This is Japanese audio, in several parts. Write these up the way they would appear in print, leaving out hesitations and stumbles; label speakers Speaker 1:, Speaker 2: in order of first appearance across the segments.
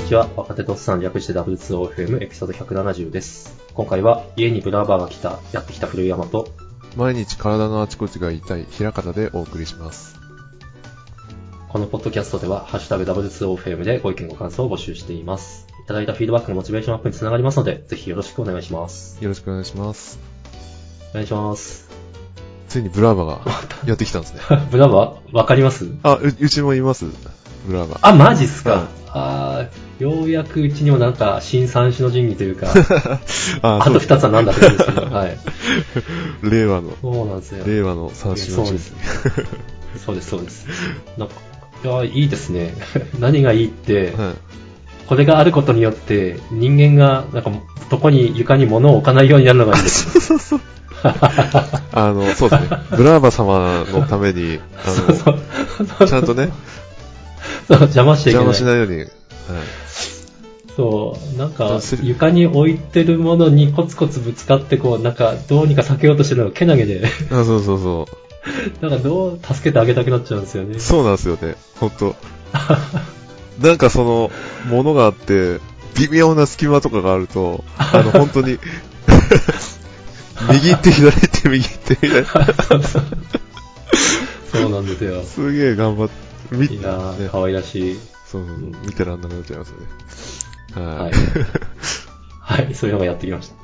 Speaker 1: にちは。若手とおっさん略して W2OFM エピソード170です。今回は家にブラバーがやってきた古山と
Speaker 2: 毎日体のあちこちが痛い平方でお送りします。
Speaker 1: このポッドキャストではハッシュタグ W2OFM でご意見ご感想を募集しています。いただいたフィードバックのモチベーションアップにつながりますので、ぜひよろしくお願いします。
Speaker 2: よろしくお願いします。
Speaker 1: お願いします。
Speaker 2: ついにブラーバがやってきたんですね。
Speaker 1: ブラバーわかります？
Speaker 2: うちもいます。ブラーバ。
Speaker 1: マジっすか、
Speaker 2: はい、
Speaker 1: ようやくうちにもなんか新三種の神器というかあと二つはなんだって言うんですけど、はい。
Speaker 2: 令和の。
Speaker 1: そうなんですよ。
Speaker 2: 令和の三種の神器。
Speaker 1: そうです、そうです。なんか、いいですね。何がいいって、
Speaker 2: はい、
Speaker 1: これがあることによって人間がなんか床に物を置かないようになるのがいいです。
Speaker 2: そうそう。そうですね。ブラーバ様のために、ちゃんとね。
Speaker 1: そう、邪魔しちゃいけない。
Speaker 2: 邪魔しないように。はい、
Speaker 1: そう、なんか、床に置いてるものにコツコツぶつかって、こう、なんか、どうにか避けようとしてるのがけなげで。
Speaker 2: そうそうそう。
Speaker 1: なんか、助けてあげたくなっちゃうんですよね。
Speaker 2: そうなんですよね。ほんと。なんか物があって、微妙な隙間とかがあると、本当に、右行って左行って右行ってみたいな。
Speaker 1: そうなんですよ。
Speaker 2: すげえ頑張って、
Speaker 1: いいなぁ、可愛らしい。
Speaker 2: そう、見てらんなくなっちゃいますよね。はい。
Speaker 1: はい、そういうのがやってきました。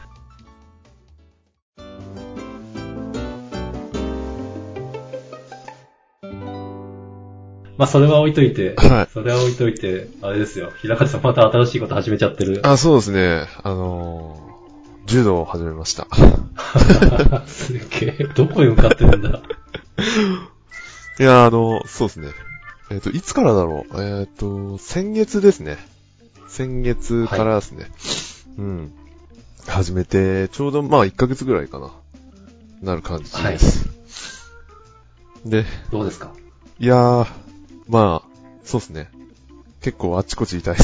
Speaker 1: それは置いといて、あれですよ。平方さんまた新しいこと始めちゃってる。
Speaker 2: そうですね。柔道を始めました。
Speaker 1: すげえ。どこへ向かってるんだ。
Speaker 2: いや、そうですね。いつからだろう。先月ですね。先月からですね。はい、うん。始めて、ちょうど1ヶ月ぐらいかな。なる感じです。はい、で、
Speaker 1: どうですか？
Speaker 2: いやー、そうですね。結構あっちこっち痛いです。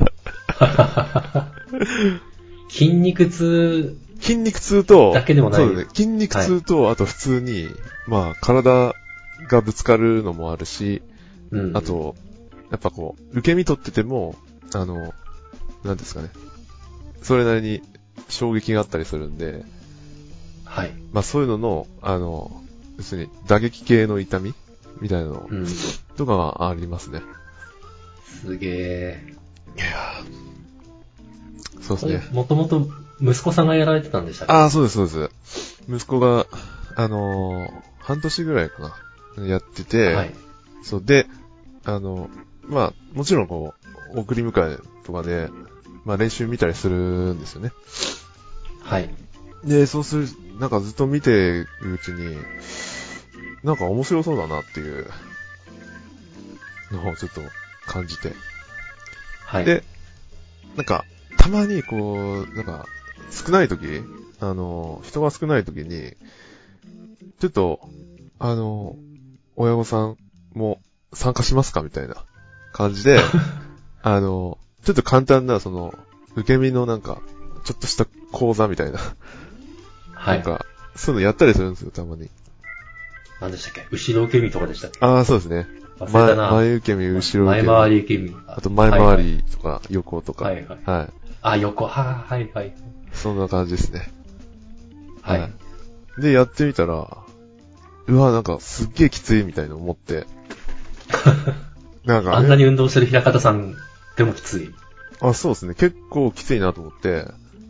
Speaker 1: 筋肉痛
Speaker 2: と、
Speaker 1: だけでもない。
Speaker 2: そうですね。筋肉痛と、あと普通に、体がぶつかるのもあるし、あと、やっぱ受け身取ってても、なんですかね。それなりに衝撃があったりするんで、
Speaker 1: はい。
Speaker 2: そういうのの、要するに打撃系の痛みみたいなの、とかがありますね。
Speaker 1: すげえ。
Speaker 2: いやー、そうですね。
Speaker 1: もともと息子さんがやられてたんでしたっけ？
Speaker 2: そうです、そうです。息子が、半年ぐらいかな、やってて、はい、そうで、もちろん送り迎えとかで、練習見たりするんですよね。
Speaker 1: はい。
Speaker 2: で、そうする、なんかずっと見てるうちに、なんか面白そうだなっていうのをちょっと感じて。
Speaker 1: はい。
Speaker 2: で、なんか、たまになんか、少ない時、人が少ない時に、ちょっと、親御さんも参加しますかみたいな感じで、ちょっと簡単な、受け身のなんか、ちょっとした講座みたいな。はい。なんか、そういうのやったりするんですよ、たまに。
Speaker 1: 何でしたっけ？後ろ受け身とかでしたっけ？
Speaker 2: そうですね。前受け身、後ろ受け身。
Speaker 1: 前回り受け身。
Speaker 2: あと前回りとか、横とか。
Speaker 1: はいはい。はい。横、はいはい。
Speaker 2: そんな感じですね。
Speaker 1: はい。
Speaker 2: で、やってみたら、なんかすっげえきついみたいな思って。
Speaker 1: なんか、あんなに運動してる平方さんでもきつい。
Speaker 2: そうですね。結構きついなと思って。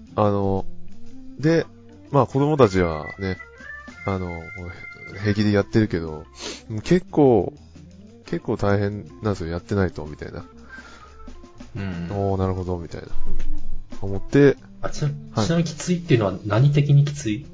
Speaker 2: で、子供たちはね、平気でやってるけど、結構大変なんですよ、やってないと、みたいな。なるほど、みたいな。思って。
Speaker 1: ちなみにきついっていうのは何的にきつい？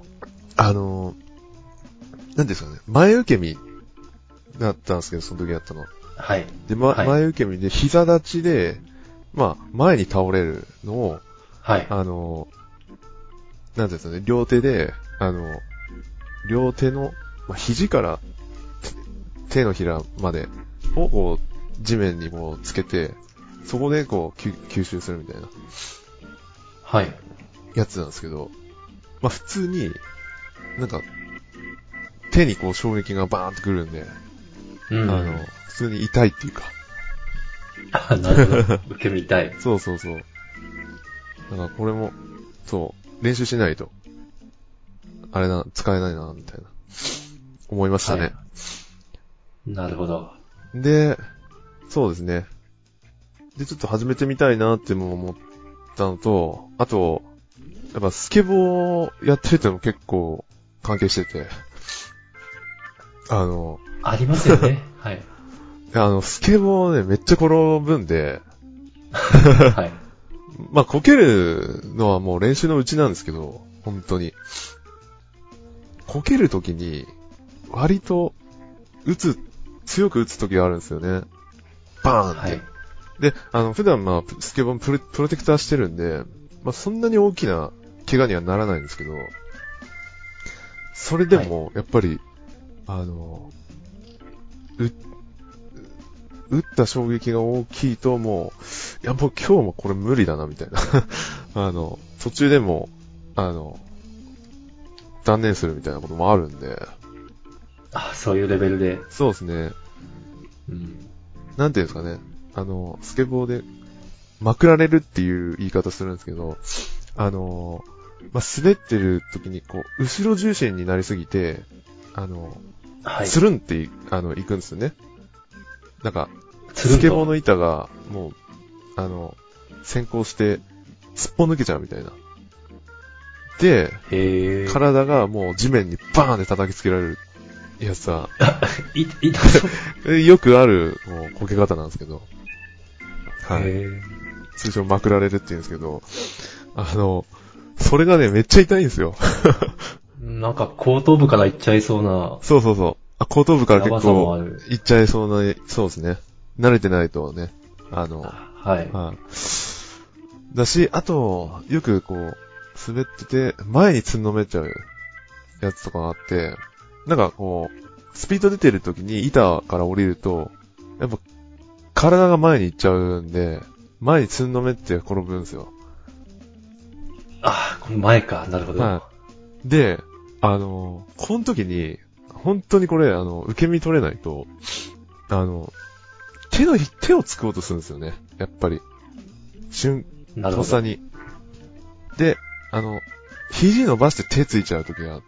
Speaker 2: なんですかね、前受け身だったんですけど、その時やったの。
Speaker 1: はい。
Speaker 2: で、前受け身で、膝立ちで、前に倒れるのを、
Speaker 1: はい。
Speaker 2: なんですかね、両手で、両手の、肘から手のひらまでを地面につけて、そこで吸収するみたいな。
Speaker 1: はい。
Speaker 2: やつなんですけど、普通に、なんか、手に衝撃がバーンってくるんで、普通に痛いっていうか、
Speaker 1: あ、なるほど。受け身たい。
Speaker 2: そうそうそう。だからこれも、そう、練習しないと、使えないな、みたいな、思いましたね。
Speaker 1: はい、なるほど。
Speaker 2: で、そうですね。で、ちょっと始めてみたいなっても思ったのと、あと、やっぱスケボーやってるってのも結構関係してて、
Speaker 1: ありますよね。はい。
Speaker 2: スケボーね、めっちゃ転ぶんで、
Speaker 1: はい。
Speaker 2: まあ、こけるのはもう練習のうちなんですけど、本当に。こけるときに、割と、強く打つときがあるんですよね。バーンって。
Speaker 1: はい。
Speaker 2: で、普段まあ、スケボープロテクターしてるんで、まあ、そんなに大きな怪我にはならないんですけど、それでも、やっぱり、打った衝撃が大きいともう、いやもう今日もこれ無理だな、みたいな。途中でも、断念するみたいなこともあるんで。
Speaker 1: あ、そういうレベルで。
Speaker 2: そうですね。
Speaker 1: うん。
Speaker 2: なんていうんですかね。スケボーで、まくられるっていう言い方するんですけど、まあ、滑ってる時に、こう、後ろ重心になりすぎて、
Speaker 1: はい。
Speaker 2: つるんって、行くんですよね。なんか、
Speaker 1: つるんと
Speaker 2: スケボーの板が、もう、先行して、すっぽ抜けちゃうみたいな。で、体がもう地面にバーンで叩きつけられるやつは、
Speaker 1: 痛そう。
Speaker 2: よくある、もう、こけ方なんですけど、はい。通称まくられるって言うんですけど、それがね、めっちゃ痛いんですよ。
Speaker 1: なんか後頭部からいっちゃいそうな。
Speaker 2: そうそうそう。後頭部から結構、いっちゃいそうな、そうですね。慣れてないとね、
Speaker 1: はい。
Speaker 2: だし、あと、よくこう、滑ってて、前につんのめっちゃうやつとかがあって、なんかこう、スピード出てる時に板から降りると、やっぱ、体が前に行っちゃうんで、前につんのめって転ぶんですよ。
Speaker 1: あ、この前か。なるほど。
Speaker 2: はい。で、この時に、本当にこれ、受け身取れないと、手をつこうとするんですよね。やっぱり。とっさに。で、肘伸ばして手ついちゃう時があって、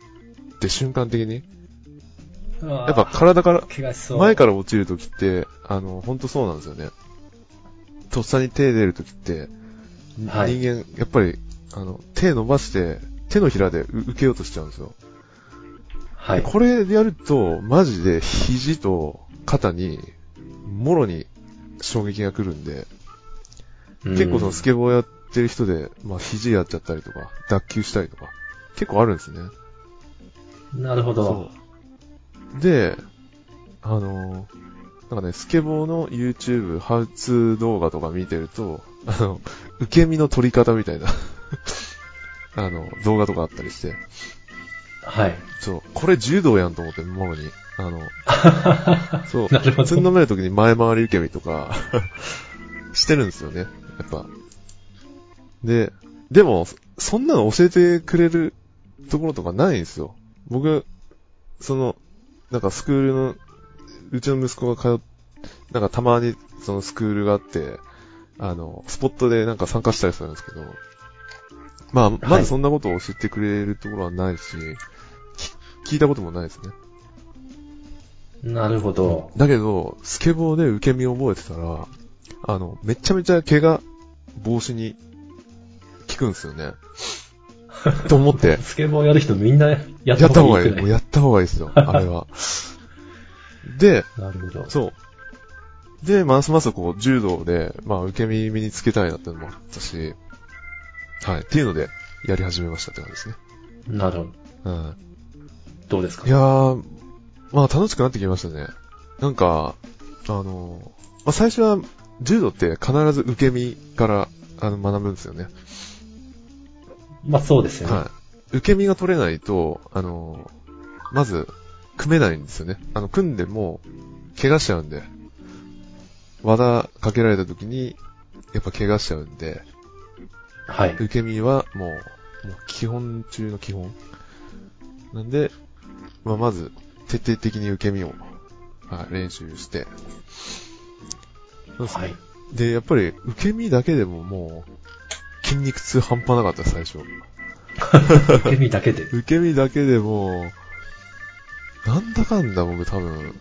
Speaker 2: 瞬間的に。やっぱ体から、前から落ちる時って、ほんとそうなんですよね。とっさに手出る時って、
Speaker 1: はい、
Speaker 2: 人間、やっぱり、手伸ばして、手のひらで受けようとしちゃうんですよ。
Speaker 1: はい。
Speaker 2: これでやると、マジで肘と肩に、もろに衝撃が来るんで、結構そのスケボーやってる人で、まあ肘やっちゃったりとか、脱臼したりとか、結構あるんですね。
Speaker 1: なるほど。
Speaker 2: そう。で、なんかね、スケボーの YouTube、ハウツー動画とか見てると、受け身の取り方みたいな動画とかあったりして、
Speaker 1: はい。
Speaker 2: そう、これ柔道やんと思って、もろに。そう、
Speaker 1: なるほど。
Speaker 2: つんのめるときに前回り受け身とか、してるんですよね、やっぱ。でも、そんなの教えてくれるところとかないんですよ。僕、なんかスクールの、うちの息子がなんかたまにそのスクールがあって、スポットでなんか参加したりするんですけど、まあ、まずそんなことを教えてくれるところはないし、聞いたこともないですね。
Speaker 1: なるほど。
Speaker 2: だけど、スケボーで受け身を覚えてたら、めちゃめちゃ怪我防止に効くんですよね。と思って。
Speaker 1: スケボーやる人みんなやった方がいいくらい。
Speaker 2: もうやった方がいいですよ、あれは。で、
Speaker 1: なるほど。
Speaker 2: そう。で、ますますこう、柔道で、まあ、受け身身につけたいなってのもあったし、はい。っていうので、やり始めましたって感じですね。
Speaker 1: なるほど。
Speaker 2: うん。
Speaker 1: どうですか？
Speaker 2: いやー、まあ楽しくなってきましたね。なんか、まあ最初は柔道って必ず受け身から学ぶんですよね。
Speaker 1: まあそうですよね。
Speaker 2: はい。受け身が取れないと、まず、組めないんですよね。組んでも、怪我しちゃうんで。技かけられた時に、やっぱ怪我しちゃうんで、
Speaker 1: はい。
Speaker 2: 受け身はもう基本中の基本。なんで、まあまず、徹底的に受け身を、練習して、そうですね。
Speaker 1: はい。
Speaker 2: で、やっぱり受け身だけでももう筋肉痛半端なかった最初。
Speaker 1: 受け身だけで。
Speaker 2: 受け身だけでもなんだかんだ僕多分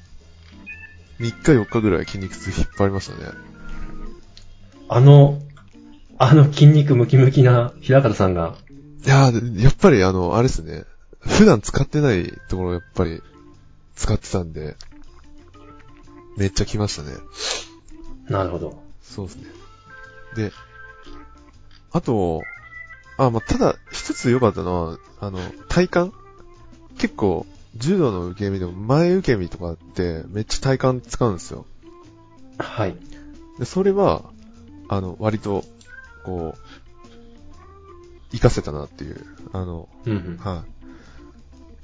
Speaker 2: 3日4日ぐらい筋肉痛引っ張りましたね。
Speaker 1: あの筋肉ムキムキな平方さんが。
Speaker 2: いやー、やっぱりあれですね。普段使ってないところをやっぱり使ってたんで、めっちゃ来ましたね。
Speaker 1: なるほど。
Speaker 2: そうですね。で、あと、まあ、ただ、一つ良かったのは、体幹結構、柔道の受け身でも前受け身とかってめっちゃ体幹使うんですよ。
Speaker 1: はい。
Speaker 2: で、それは、割と、こう、活かせたなっていう、はい。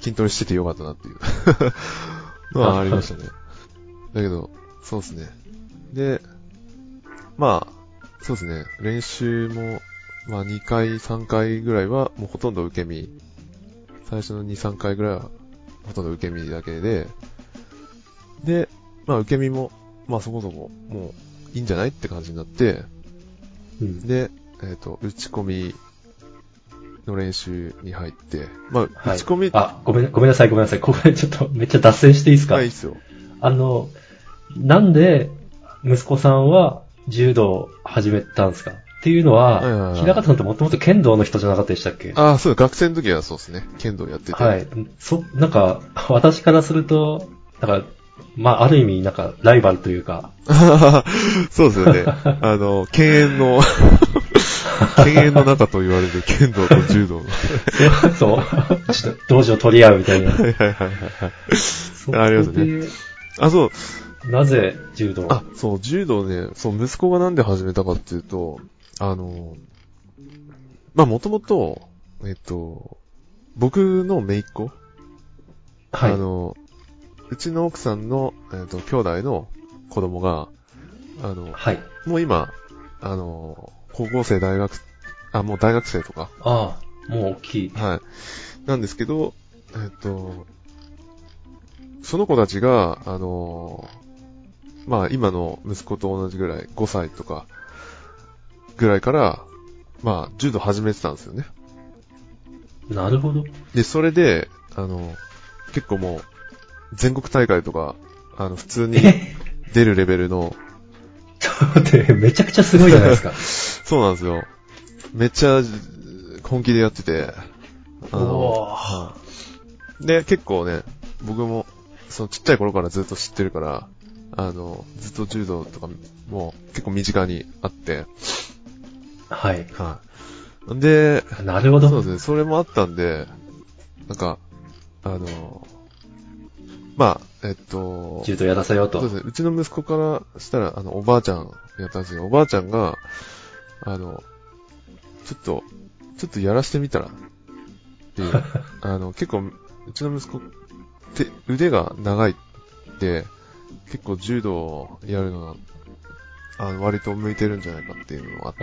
Speaker 2: 筋トレしてて良かったなっていうのはありましたね。だけど、そうですね。で、まあ、そうですね。練習も、まあ2回、3回ぐらいはもうほとんど受け身。最初の2、3回ぐらいはほとんど受け身だけで、で、まあ受け身も、まあそこそこもういいんじゃないって感じになって、で、打ち込みの練習に入って、まあ、打ち込み、
Speaker 1: ごめんなさい。これちょっとめっちゃ脱線していいですか？
Speaker 2: はい、いいっすよ。
Speaker 1: なんで、息子さんは柔道を始めたんですかっていうのは、平方さんってもともと剣道の人じゃなかったでしたっけ？
Speaker 2: そう、学生の時はそうですね。剣道やってて。
Speaker 1: はい。なんか、私からすると、なんか、まあ、ある意味、なんか、ライバルというか。
Speaker 2: そうですよね。犬猿の中と言われる剣道と柔道の。
Speaker 1: そう。ちょっと、道場取り合うみたいな。
Speaker 2: はいはいはいはい。ありますね。そう。
Speaker 1: なぜ柔道？
Speaker 2: そう、柔道ね、そう、息子がなんで始めたかっていうと、まあ、もともと、僕の姪っ子。
Speaker 1: はい。
Speaker 2: うちの奥さんの、兄弟の子供が、
Speaker 1: はい。
Speaker 2: もう今、高校生、もう大学生とか。
Speaker 1: もう大きい。
Speaker 2: はい。なんですけど、その子たちが、まあ今の息子と同じぐらい、5歳とか、ぐらいから、まあ柔道始めてたんですよね。
Speaker 1: なるほど。
Speaker 2: で、それで、結構もう、全国大会とか、普通に出るレベルの。
Speaker 1: ちょっと待って、めちゃくちゃすごいじゃないですか。
Speaker 2: そうなんですよ。めっちゃ本気でやってて。で、結構ね、僕も、そのちっちゃい頃からずっと知ってるから、ずっと柔道とかも結構身近にあって。
Speaker 1: はい。
Speaker 2: で、
Speaker 1: なるほど。
Speaker 2: そうですね、それもあったんで、なんか、まあ、
Speaker 1: 柔道やらせようと。
Speaker 2: そうですね、うちの息子からしたら、おばあちゃんやったんですよ。おばあちゃんが、ちょっとやらしてみたら、っていう、結構、うちの息子って腕が長いって、結構柔道をやるのは、割と向いてるんじゃないかっていうのがあって。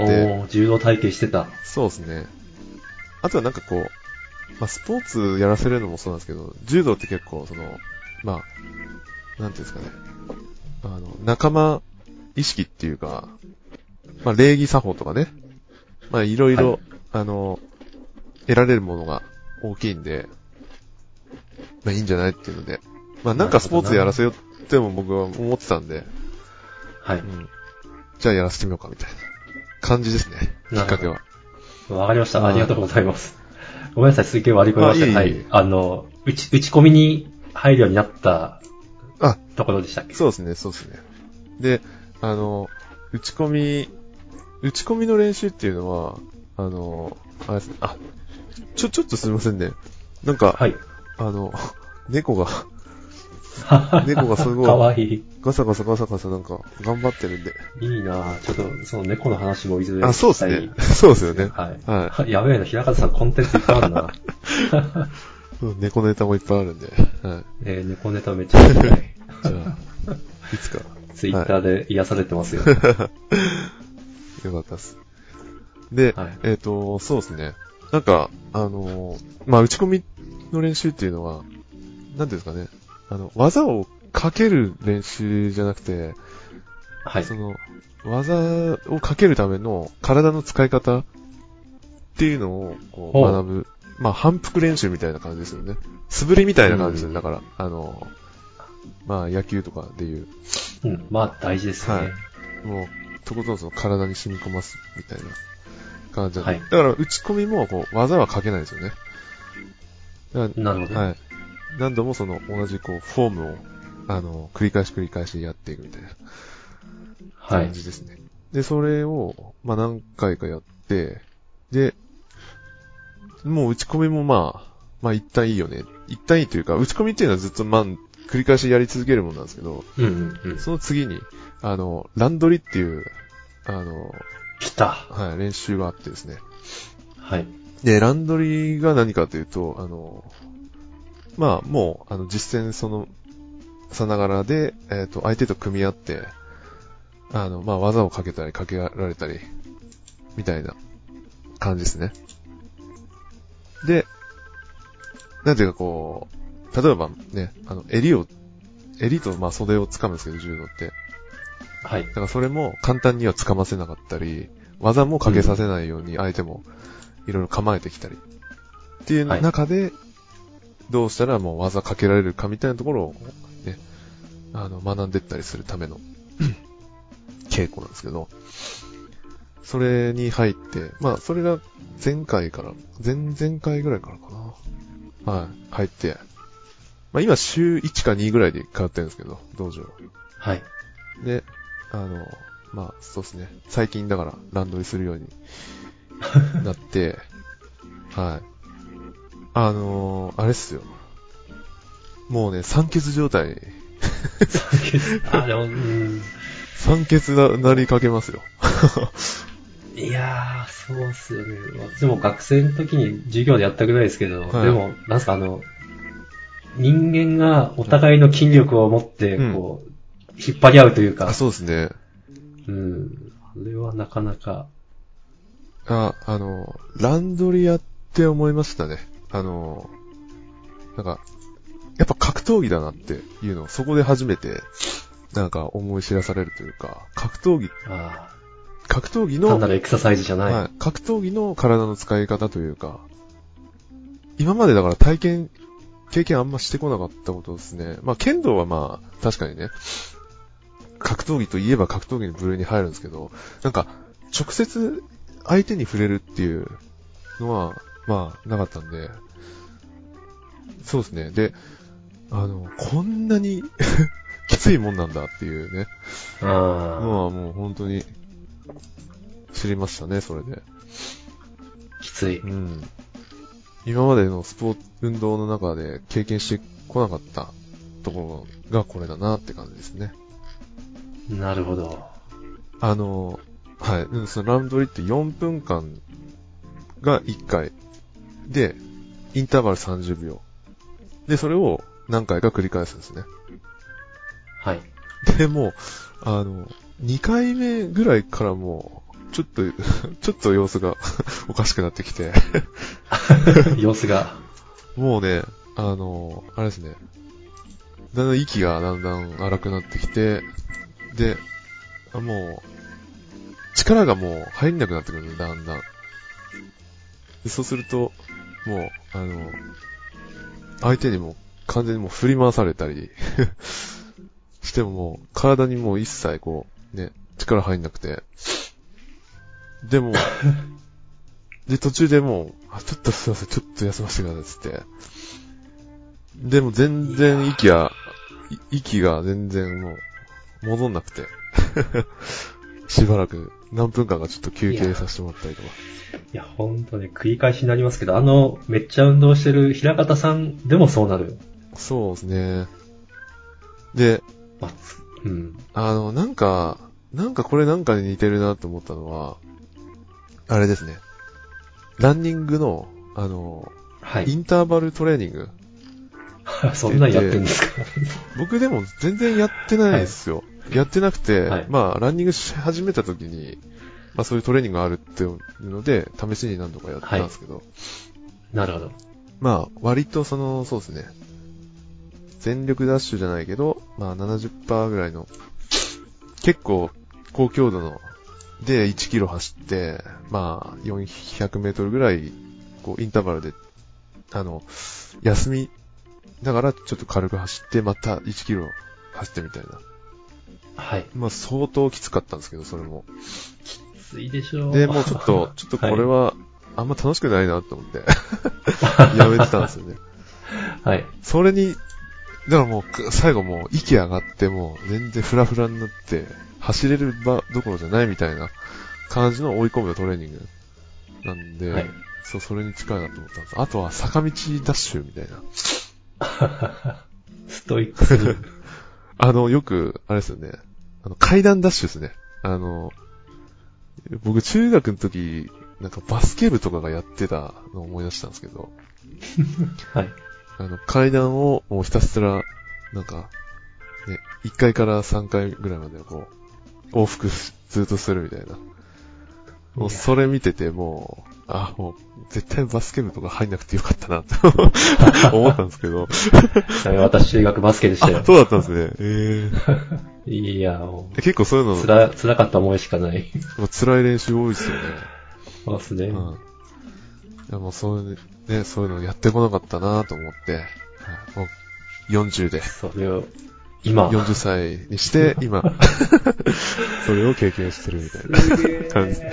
Speaker 1: 柔道体験してた。
Speaker 2: そうですね。あとはなんかこう、まあ、スポーツやらせるのもそうなんですけど、柔道って結構まあ、なんていうんですかね。仲間意識っていうか、まあ、礼儀作法とかね。まあ、いろいろ、得られるものが大きいんで、まあ、いいんじゃないっていうので。まあ、なんかスポーツやらせようっても僕は思ってたんで、
Speaker 1: はい。
Speaker 2: じゃあやらせてみようかみたいな感じですね。きっかけは。
Speaker 1: わかりました。ありがとうございます。ごめんなさい、すっげえ割り込みました。
Speaker 2: はい。
Speaker 1: 打ち込みに入るようになったところでしたっけ？
Speaker 2: そうですね、そうですね。で、打ち込みの練習っていうのは、あれですね、ちょっとすみませんね。なんか、
Speaker 1: はい。
Speaker 2: 猫がすごい、
Speaker 1: かわいい。
Speaker 2: ガサガサなんか頑張ってるんで。
Speaker 1: いいなぁ。ちょっと、その猫の話もいずれ
Speaker 2: そうですね。そうですよね。
Speaker 1: はい。やべえな、平方さんコンテンツいっぱいあるな。
Speaker 2: 猫ネタもいっぱいあるんで。はい。
Speaker 1: 猫ネタめっちゃ見たい。
Speaker 2: じゃあ、いつか。
Speaker 1: ツイッターで癒されてますよ。
Speaker 2: よかったです。で、そうですね。なんか、まあ、打ち込みの練習っていうのは、なんていうんですかね。技をかける練習じゃなくて、
Speaker 1: はい。
Speaker 2: その、技をかけるための体の使い方っていうのをこう学ぶ。まあ、反復練習みたいな感じですよね。素振りみたいな感じですよね。だから、まあ、野球とかでいう。
Speaker 1: うん、まあ大事ですね。
Speaker 2: はい。もう、とことんその体に染み込ますみたいな感じで。
Speaker 1: はい。
Speaker 2: だから、打ち込みもこう技はかけないですよね。だから
Speaker 1: なるほど。
Speaker 2: はい。何度もその同じこう、フォームを、繰り返しやっていくみたいな
Speaker 1: はい
Speaker 2: 感。じですね。で、それを、まあ何回かやって、で、もう打ち込みもまあ一旦いいよね。一旦いいというか、打ち込みっていうのはずっと繰り返しやり続けるものなんですけど、
Speaker 1: うんうんうん。
Speaker 2: その次に、ランドリっていう、
Speaker 1: 来た。
Speaker 2: はい、練習があってですね。
Speaker 1: はい。
Speaker 2: で、ランドリが何かというと、まあ、もう、実践さながらで、相手と組み合って、まあ、技をかけたり、かけられたり、みたいな感じですね。で、なんていうかこう、例えばね、襟とまあ袖を掴むんですけど、柔道って。
Speaker 1: はい。
Speaker 2: だからそれも簡単には掴ませなかったり、技もかけさせないように相手もいろいろ構えてきたり。っていう中で、どうしたらもう技かけられるかみたいなところをね、学んでったりするための稽古なんですけど、それに入って、まあそれが前々回ぐらいからかな。はい、入って、まあ今週1か2ぐらいで通ってるんですけど、道場。
Speaker 1: はい。で、
Speaker 2: まあそうですね。最近だからランドリするようになって、はい。あれっすよ。もうね、酸欠状態。
Speaker 1: でも、
Speaker 2: 酸欠なりかけますよ。
Speaker 1: いやー、そうっすよね。私も学生の時に授業でやったぐらいですけど、
Speaker 2: はい、
Speaker 1: でも、なんすか人間がお互いの筋力を持って、こう、引っ張り合うというか。
Speaker 2: そうですね。
Speaker 1: あれはなかなか。
Speaker 2: ランドリやって思いましたね。なんか、やっぱ格闘技だなっていうのをそこで初めて、なんか思い知らされるというか、格闘技の、
Speaker 1: 単なるエクササイズじゃない。
Speaker 2: はい。格闘技の体の使い方というか、今までだから経験あんましてこなかったことですね。まあ、剣道はまあ、確かにね、格闘技といえば格闘技の部類に入るんですけど、なんか、直接相手に触れるっていうのは、まあ、なかったんで、そうですね。で、こんなにきついもんなんだっていうね。まあもう本当に知りましたね、それで。
Speaker 1: きつい。
Speaker 2: 今までの運動の中で経験してこなかったところがこれだなって感じですね。
Speaker 1: なるほど。
Speaker 2: はい。そのラウンドリって4分間が1回で、インターバル30秒。で、それを何回か繰り返すんですね。
Speaker 1: はい。
Speaker 2: で、もう、2回目ぐらいからもう、ちょっと様子がおかしくなってきて
Speaker 1: 様子が。
Speaker 2: もうね、あれですね。だんだん息がだんだん荒くなってきて、で、もう、力がもう入んなくなってくるんで、だんだん。でそうすると、もう、相手にも完全にもう振り回されたりしてももう、体にもう一切こう、ね、力入んなくて。でも、で、途中でもう、ちょっとすいません、ちょっと休ませてください、つって。でも全然息が全然もう、戻んなくて。しばらく、何分間かちょっと休憩させてもらったりとか。
Speaker 1: いや、ほんとね、繰り返しになりますけど、めっちゃ運動してる平方さんでもそうなる。
Speaker 2: そうですね。で、なんかこれなんかに似てるなと思ったのは、あれですね。ランニングの、インターバルトレーニング。
Speaker 1: そんなんやってんですか？
Speaker 2: 僕でも全然やってないですよ。やってなくて、まあ、ランニングし始めた時に、まあそういうトレーニングがあるっていうので、試しに何度かやったんですけど。
Speaker 1: なるほど。
Speaker 2: まあ、割とそうですね。全力ダッシュじゃないけど、まあ70%ぐらいの結構高強度ので1キロ走って、まあ400メートルぐらいこうインターバルで休みだからちょっと軽く走ってまた1キロ走ってみたいな。
Speaker 1: はい。
Speaker 2: まあ相当きつかったんですけど、それも。
Speaker 1: きついでしょう。
Speaker 2: で、もうちょっとこれはあんま楽しくないなと思って、やめてたんですよね。
Speaker 1: はい。
Speaker 2: それに、だからもう最後もう息上がってもう全然フラフラになって走れる場どころじゃないみたいな感じの追い込むトレーニングなんで、
Speaker 1: はい、
Speaker 2: そう、それに近いなと思ったんです。あとは坂道ダッシュみたいな。
Speaker 1: ストイックすぎる。
Speaker 2: よく、あれですよね。階段ダッシュですね。僕中学の時、なんかバスケ部とかがやってたのを思い出したんですけど。
Speaker 1: はい。
Speaker 2: 階段をもうひたすら、なんか、ね、1階から3階ぐらいまでこう、往復ずっとするみたいな。もうそれ見ててもう、もう絶対バスケ部とか入んなくてよかったなと思ったんですけど。
Speaker 1: 私中学バスケでしたよ。
Speaker 2: そうだったんですね。
Speaker 1: いや、もう
Speaker 2: 結構そういうの
Speaker 1: 辛かった思いしかない。
Speaker 2: 辛い練習多いですよね。
Speaker 1: そうですね。
Speaker 2: いやもうそういうのやってこなかったなと思って、もう40で。
Speaker 1: それを、今。
Speaker 2: 40歳にして、今、それを経験してるみたいな感じ。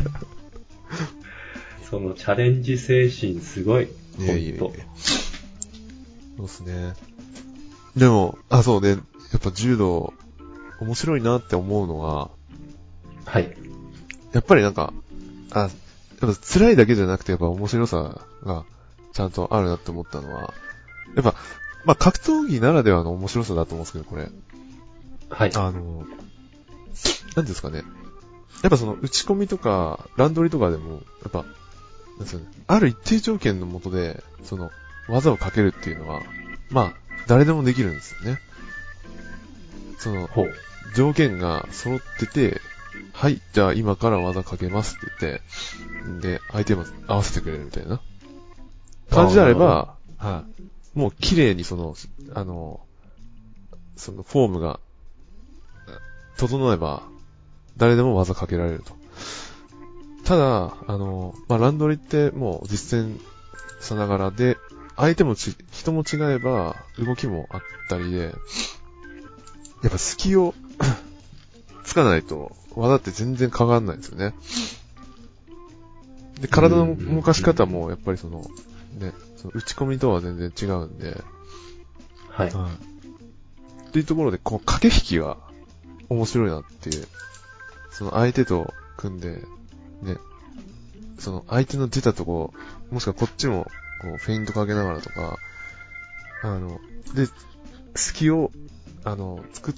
Speaker 1: そのチャレンジ精神すごい。
Speaker 2: そうですね。でも、そうね。やっぱ柔道、面白いなって思うのは、
Speaker 1: はい。
Speaker 2: やっぱりなんか、やっぱ辛いだけじゃなくてやっぱ面白さがちゃんとあるなって思ったのは、やっぱ、まあ、格闘技ならではの面白さだと思うんですけど、これ。
Speaker 1: はい。
Speaker 2: なんですかね。やっぱその打ち込みとか、ランドリとかでも、やっぱ、なんですよね。ある一定条件の下で、その、技をかけるっていうのは、まあ、誰でもできるんですよね。その、条件が揃ってて、はい、じゃあ今から技かけますって言って、で、相手も合わせてくれるみたいな感じであれば、はい、もう綺麗にそのフォームが整えば、誰でも技かけられると。ただ、まあ、ランドリってもう実践さながらで、人も違えば、動きもあったりで、やっぱ隙をつかないと、技って全然変わんないんですよね。で、体の動かし方も、やっぱりその打ち込みとは全然違うんで、
Speaker 1: はい。
Speaker 2: っていうところで、こう、駆け引きが面白いなっていう、その相手と組んで、ね、その相手の出たとこ、もしくはこっちも、こう、フェイントかけながらとか、で、隙を、作って、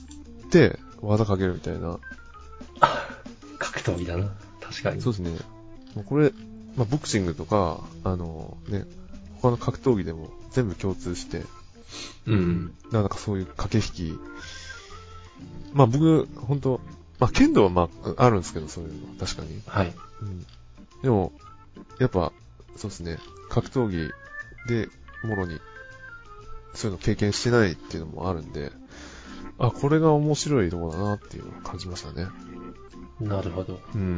Speaker 2: 技かけるみたいな。
Speaker 1: 格闘技だな。確かに。
Speaker 2: そうですね。もうこれ、まあ、ボクシングとか、他の格闘技でも全部共通して、
Speaker 1: うん。
Speaker 2: なんかそういう駆け引き。まあ僕、本当まあ剣道はまあ、あるんですけど、そういうのは確かに。
Speaker 1: はい。
Speaker 2: でも、やっぱ、そうですね、格闘技で、もろに、そういうの経験してないっていうのもあるんで、これが面白いところだなっていうのを感じましたね。
Speaker 1: なるほど。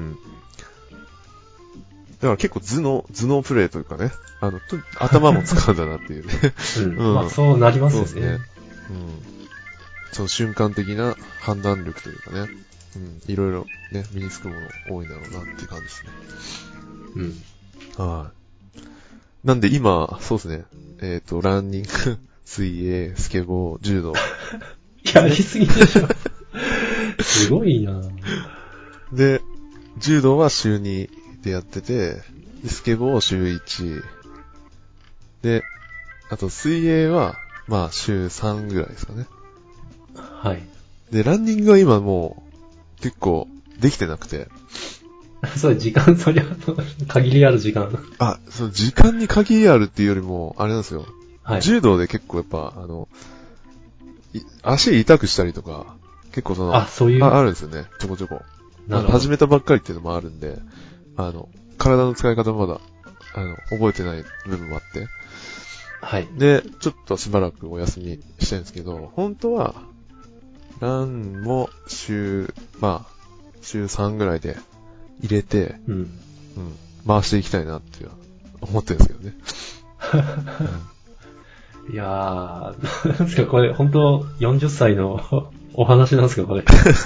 Speaker 2: だから結構頭脳プレイというかね、頭も使うんだなっていうね。
Speaker 1: まあそうなりますよね。
Speaker 2: そうですね。その瞬間的な判断力というかね、いろいろね、身につくもの多いんだろうなっていう感じですね。はい。なんで今、そうですね、ランニング、水泳、スケボー、柔道。
Speaker 1: やりすぎでしょ。すごいな。
Speaker 2: で、柔道は週2でやってて、でスケボーを週1。で、あと水泳は、まあ週3ぐらいですかね。
Speaker 1: はい。
Speaker 2: で、ランニングは今もう結構できてなくて。
Speaker 1: そう、そりゃ、限りある時間。
Speaker 2: そう、時間に限りあるっていうよりも、あれなんですよ。
Speaker 1: はい。
Speaker 2: 柔道で結構やっぱ、足痛くしたりとか、結構
Speaker 1: そういう。
Speaker 2: あるんですよね、ちょこちょこ。始めたばっかりっていうのもあるんで、体の使い方まだ、覚えてない部分もあって。
Speaker 1: はい。
Speaker 2: で、ちょっとしばらくお休みしたいんですけど、本当は、 ランも週3ぐらいで入れて、回していきたいなって思ってるんですけどね。
Speaker 1: いやー、なんですかこれ、本当40歳のお話なんですかこれ。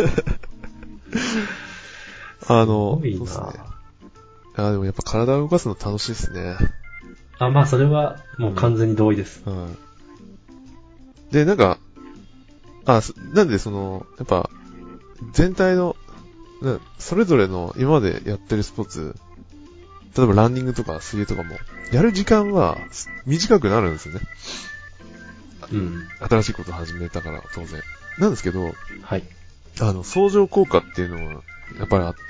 Speaker 2: そう
Speaker 1: いいな
Speaker 2: ですね。でもやっぱ体を動かすの楽しいですね。
Speaker 1: まあそれはもう完全に同意です。
Speaker 2: で、なんか、なんでやっぱ、全体の、それぞれの今までやってるスポーツ、例えばランニングとか水泳とかも、やる時間は短くなるんですよね。新しいことを始めたから、当然。なんですけど、
Speaker 1: はい。
Speaker 2: 相乗効果っていうのがやっぱりあって、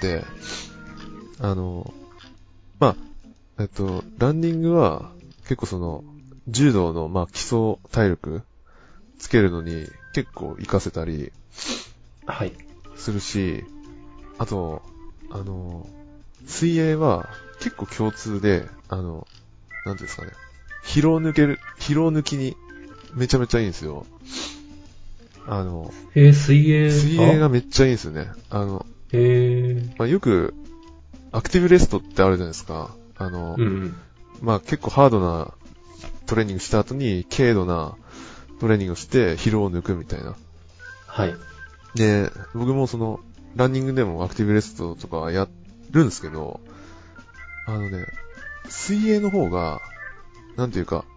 Speaker 2: ランニングは結構柔道の基礎体力つけるのに結構活かせたり、
Speaker 1: はい。
Speaker 2: するし、あと、水泳は結構共通で、なんていうんですかね、疲労抜きにめちゃめちゃいいんですよ。
Speaker 1: 水
Speaker 2: 泳がめっちゃいいんですよね。よく、アクティブレストってあるじゃないですか。結構ハードなトレーニングした後に、軽度なトレーニングをして疲労を抜くみたいな。
Speaker 1: はい。
Speaker 2: で、僕もランニングでもアクティブレストとかやるんですけど、水泳の方が、なんていうか、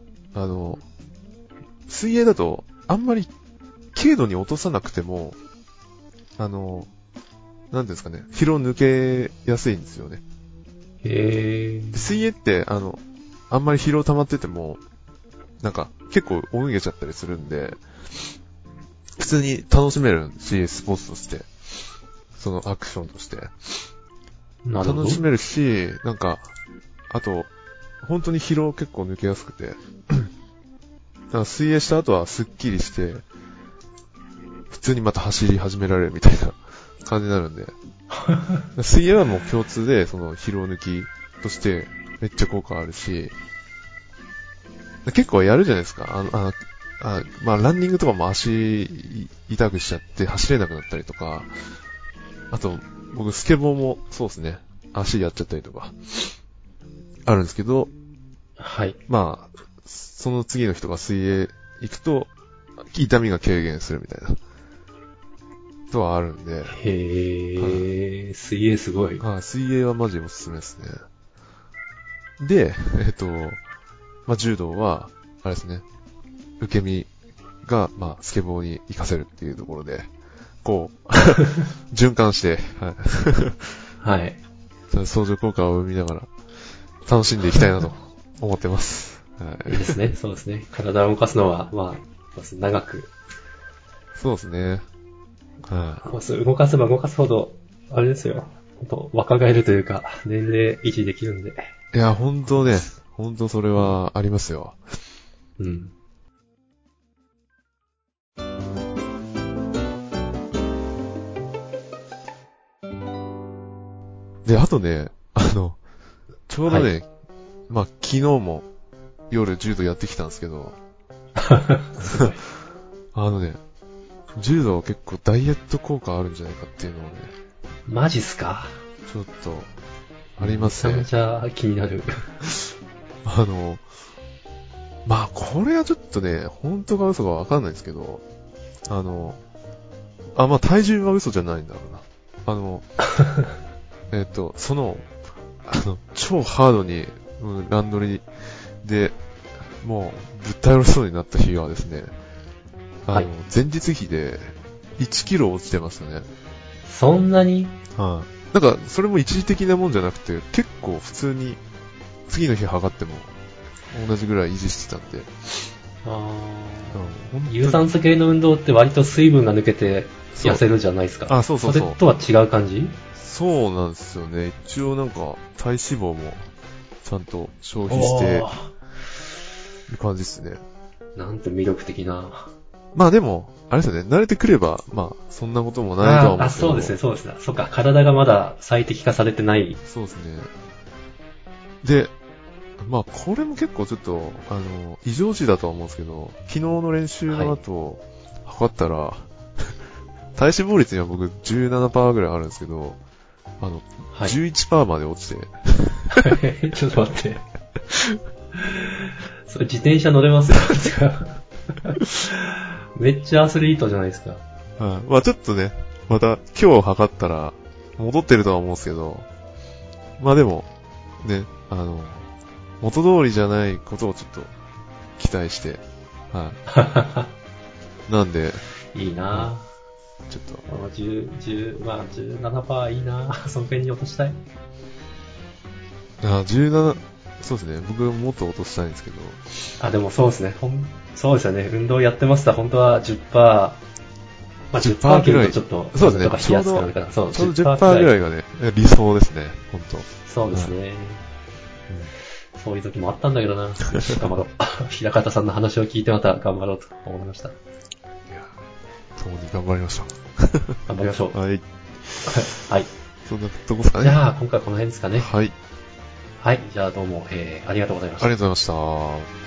Speaker 2: 水泳だと、あんまり軽度に落とさなくても、なんていうんですかね、疲労抜けやすいんですよね。水泳って、あんまり疲労溜まってても、なんか、結構泳げちゃったりするんで、普通に楽しめるし、スポーツとして。そのアクションとして。楽しめるし、なんか、あと、本当に疲労結構抜けやすくて。だから水泳した後はスッキリして、普通にまた走り始められるみたいな感じになるんで。水泳はもう共通で、疲労抜きとしてめっちゃ効果あるし、結構やるじゃないですか。ランニングとかも足痛くしちゃって走れなくなったりとか、あと、僕スケボーもそうですね。足やっちゃったりとか、あるんですけど、
Speaker 1: はい。
Speaker 2: その次の人が水泳行くと、痛みが軽減するみたいな、とはあるんで。
Speaker 1: 水泳すごい。
Speaker 2: 水泳はマジおすすめですね。で、柔道は、あれですね、受け身が、スケボーに活かせるっていうところで、こう、循環して、
Speaker 1: はい。
Speaker 2: 相乗効果を生みながら、楽しんでいきたいなと思ってます。
Speaker 1: いいですね。そうですね。体を動かすのは、長く。
Speaker 2: そうですね。
Speaker 1: 動かせば動かすほど、あれですよ。本当若返るというか、年齢維持できるんで。
Speaker 2: いや、本当それはありますよ。で、あとね、ちょうどね、昨日も夜柔道やってきたんですけど、柔道結構ダイエット効果あるんじゃないかっていうのをね。
Speaker 1: マジっすか？
Speaker 2: ちょっと、ありますね。
Speaker 1: めちゃめちゃ気になる。
Speaker 2: これはちょっとね、本当か嘘かわかんないですけど、体重は嘘じゃないんだろうな。超ハードに、ランドリーで、もう、ぶっ倒れそうになった日はですね、前日比で1キロ落ちてますね。
Speaker 1: そんなに？
Speaker 2: なんか、それも一時的なもんじゃなくて、結構普通に、次の日測っても、同じぐらい維持してたんで。
Speaker 1: 有酸素系の運動って割と水分が抜けて痩せるじゃないですか。
Speaker 2: そう。
Speaker 1: それとは違う感じ？
Speaker 2: そうなんですよね。一応なんか、体脂肪も、ちゃんと消費して、いう感じですね。
Speaker 1: なんて魅力的な。
Speaker 2: でも、あれですよね、慣れてくれば、そんなこともないとは思うんですけど。
Speaker 1: そうですね。そうか、体がまだ最適化されてない。
Speaker 2: そうですね。で、これも結構ちょっと、異常値だとは思うんですけど、昨日の練習の後、測ったら、 体脂肪率には僕 17% ぐらいあるんですけど、
Speaker 1: はい。
Speaker 2: 11% まで落ちて。
Speaker 1: ちょっと待って。それ自転車乗れますよ。めっちゃアスリートじゃないですか。
Speaker 2: まあちょっとね、また今日測ったら戻ってるとは思うんですけど、まあでも、ね、元通りじゃないことをちょっと期待して、なんで、
Speaker 1: いいなぁ。
Speaker 2: ちょっと。
Speaker 1: まあ17%いいなぁ。その辺に落としたい。
Speaker 2: 17、そうですね。僕もっと落としたいんですけど。
Speaker 1: でもそうですね。そうですよね。運動やってますと本当は10%、まあ10%切るとちょっと、
Speaker 2: そうですね。
Speaker 1: 冷やすくなるから、そう、
Speaker 2: ちょうど10%ぐらいがね、理想ですね。本当。
Speaker 1: そうですね。そういう時もあったんだけどな。よし、頑張ろう。平方さんの話を聞いてまた頑張ろうと思いました。い
Speaker 2: や、共に頑張りましょう。
Speaker 1: 頑張りましょう。
Speaker 2: はい。
Speaker 1: はい。
Speaker 2: そんなとこですかね。
Speaker 1: じゃあ、今回この辺ですかね。
Speaker 2: はい。
Speaker 1: はい。じゃあどうも、ありがとうございました。
Speaker 2: ありがとうございました。